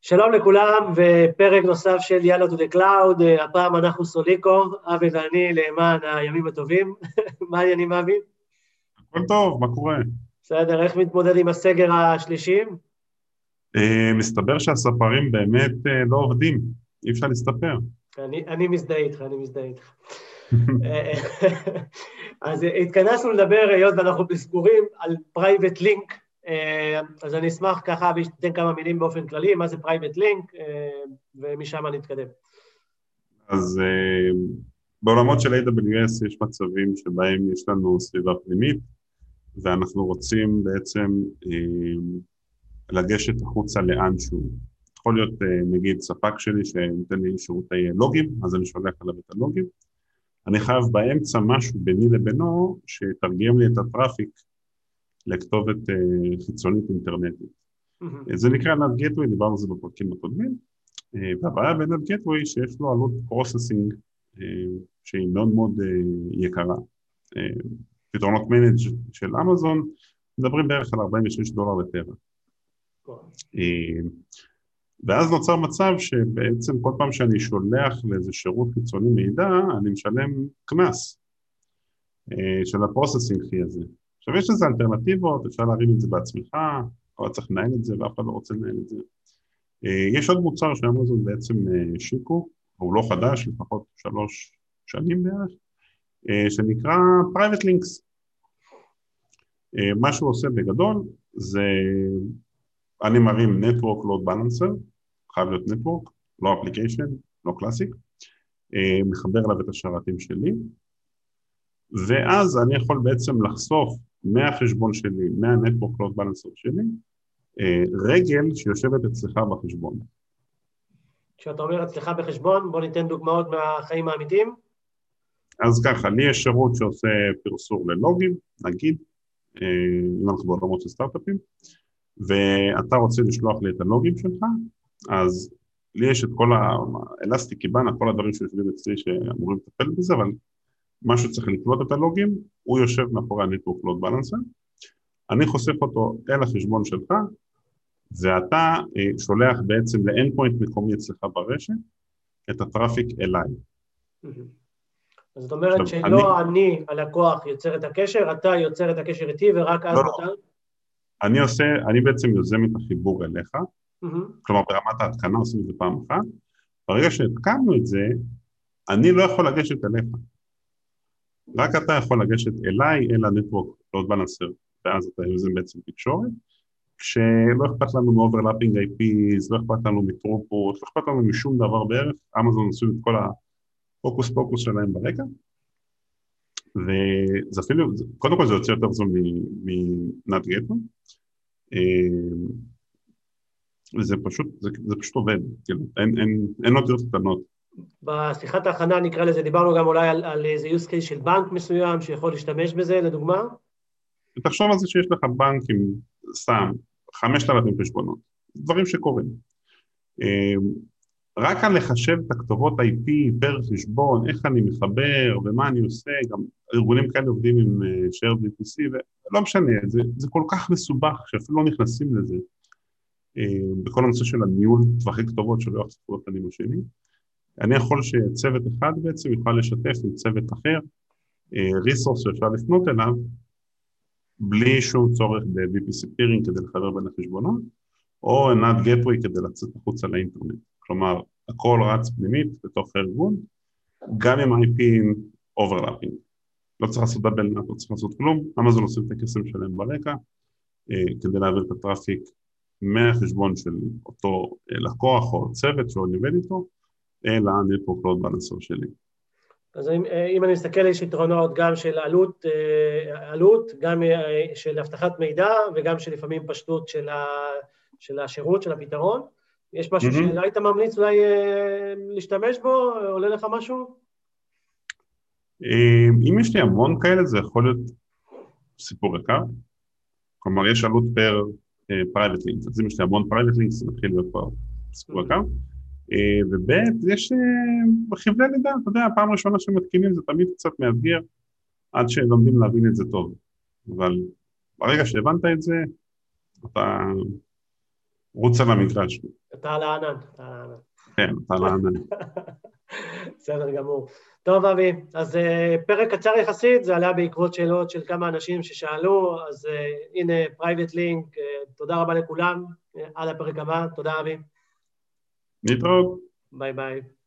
שלום לכולם, ופרק נוסף של יאללה to the cloud, הפעם אנחנו סוליקו, אבי ואני למען הימים הטובים. מה העניינים, אבי? הכל טוב, מה קורה? בסדר, איך מתמודד עם הסגר השלישי? מסתבר שהספרים באמת לא עובדים, אי אפשר להסתפר. אני מזדהה איתך, אני מזדהה איתך. אז התכנסנו לדבר, היות ואנחנו בסגורים, על private link, אז אני אשמח ככה, אבי, שתתן כמה מילים באופן כללי, מה זה private link, ומשם נתקדם. אז בעולמות של AWS יש מצבים שבהם יש לנו סביבה פנימית, ואנחנו רוצים בעצם לגשת החוצה לאנשהו. יכול להיות נגיד ספק שלי שנותן לי שירותי לוגים, אז אני שולח עליו את הלוגים. אני חייב באמצע משהו ביני לבינו שתרגם לי את הטראפיק לכתובת חיצונית אינטרנטית. זה נקרא NAT Gateway, דיברנו על זה בפרקים הקודמים, והבעיה ב-NAT Gateway שיש לו עלות פרוססינג שהיא מאוד מאוד יקרה. פתרונות מנג' של אמזון מדברים בערך על $46 לטרה. ואז נוצר מצב שבעצם כל פעם שאני שולח לאיזה שירות חיצוני מידע, אני משלם קנס של הפרוססינג פי הזה. עכשיו יש לזה אלטרנטיבות, אפשר להרים את זה בעצמך, אבל צריך לנהל את זה ואף אחד לא רוצה לנהל את זה. יש עוד מוצר שאמזון בעצם השיקו, הוא לא חדש, לפחות 3 שנים בערך, שנקרא Private Links. מה שהוא עושה בגדול זה, אני מרים Network Load Balancer, חייב להיות Network, לא Application, לא Classic, מחבר אליו את השרתים שלי, ואז אני יכול בעצם לחשוף מהחשבון שלי, מה-Network Load Balancer שלי, רגל שיושבת אצלך בחשבון. כשאתה אומר אצלך בחשבון, בוא ניתן דוגמאות מהחיים האמיתיים. אז ככה, לי יש שירות שעושה פרסור ללוגים, נגיד, אם אנחנו בעולמות של סטארט-אפים, ואתה רוצה לשלוח לי את הלוגים שלך, אז לי יש את כל האלסטי קיבאנה, כל הדברים שיושבים אצלי שאמורים לטפל בזה, אבל משהו צריך לקלוט את הלוגים, הוא יושב מאחורי ה-Network Load Balancer, אני חושף אותו אל החשבון שלך, ואתה שולח בעצם ל-endpoint מקומי אצלך ברשת, את הטראפיק אליי. אז זאת אומרת שלא אני, הלקוח, יוצר את הקשר, אתה יוצר את הקשר איתי, ורק אז אתה... אני בעצם יוזם את החיבור אליך, כלומר ברמת ההתקנה עושים את זה פעם אחת, ברגע שהתקנו את זה, אני לא יכול לגשת אליך. רק אתה יכול לגשת אליי, אל ה-Network Load Balancer, ואז אתה יוזם בעצם תקשורת, כשלא אכפת לנו מ-overlapping IPs, לא אכפת לנו מטרופות, לא אכפת לנו משום דבר בערך, אמזון עשו את כל הפוקוס פוקוס שלהם ברקע, וזה אפילו, קודם כל זה יוצא יותר זול מ-NAT Gateway, וזה פשוט עובד, אין אותיות קטנות. בשיחת ההכנה נקרא לזה, דיברנו גם אולי על איזה use case של בנק מסוים שיכול להשתמש בזה, לדוגמה? ותחשוב על זה שיש לך בנק עם סתם 5,000 חשבונות, דברים שקורים. רק על לחשב את הכתובות IP פר חשבון, איך אני מחבר ומה אני עושה, גם ארגונים כאלה עובדים עם shared VPC, ולא משנה, זה כל כך מסובך שאפילו לא נכנסים לזה, בכל הנושא של הניהול טווחי כתובות שלא יחשפו אותם עם השני. אני יכול שצוות אחד בעצם יוכל לשתף עם צוות אחר, ריסורס שאפשר לפנות אליו, בלי שום צורך ב-VPC peering כדי לחבר בין החשבונות, או NAT Gateway כדי לצאת החוצה לאינטרנט. כלומר, הכל רץ פנימית בתוך הארגון, גם עם IP overlapping. לא צריך לעשות דאבל נאט, לא צריך לעשות כלום, אמזון עושים את הקסם שלהם ברקע, כדי להעביר את הטראפיק מהחשבון של אותו לקוח או צוות שהוא עובד איתו, אל ה-Network Load Balancer שלי. אז אם אני מסתכל, יש יתרונות גם של עלות, גם של הבטחת מידע, וגם של לפעמים פשטות של השירות, של הפתרון. יש משהו שהיית ממליץ אולי להשתמש בו, עולה לך משהו? אם יש לי המון כאלה, זה יכול להיות סיפור יקר. כלומר, יש עלות פר private links. אז אם יש לי המון private links, זה מתחיל להיות פה סיפור יקר. וב' יש חבלי לידה, אתה יודע, הפעם הראשונה שמתקינים זה תמיד קצת מאתגר, עד שלומדים להבין את זה טוב. אבל ברגע שהבנת את זה, אתה רוץ על המגרש. אתה על הענן, אתה על הענן. כן, אתה על הענן. בסדר גמור. טוב, אבי, אז פרק קצר יחסית, זה עלה בעקבות שאלות של כמה אנשים ששאלו, אז הנה פרייבט לינק, תודה רבה לכולם, עד הפרק הבא, תודה אבי. להתראות. ביי ביי.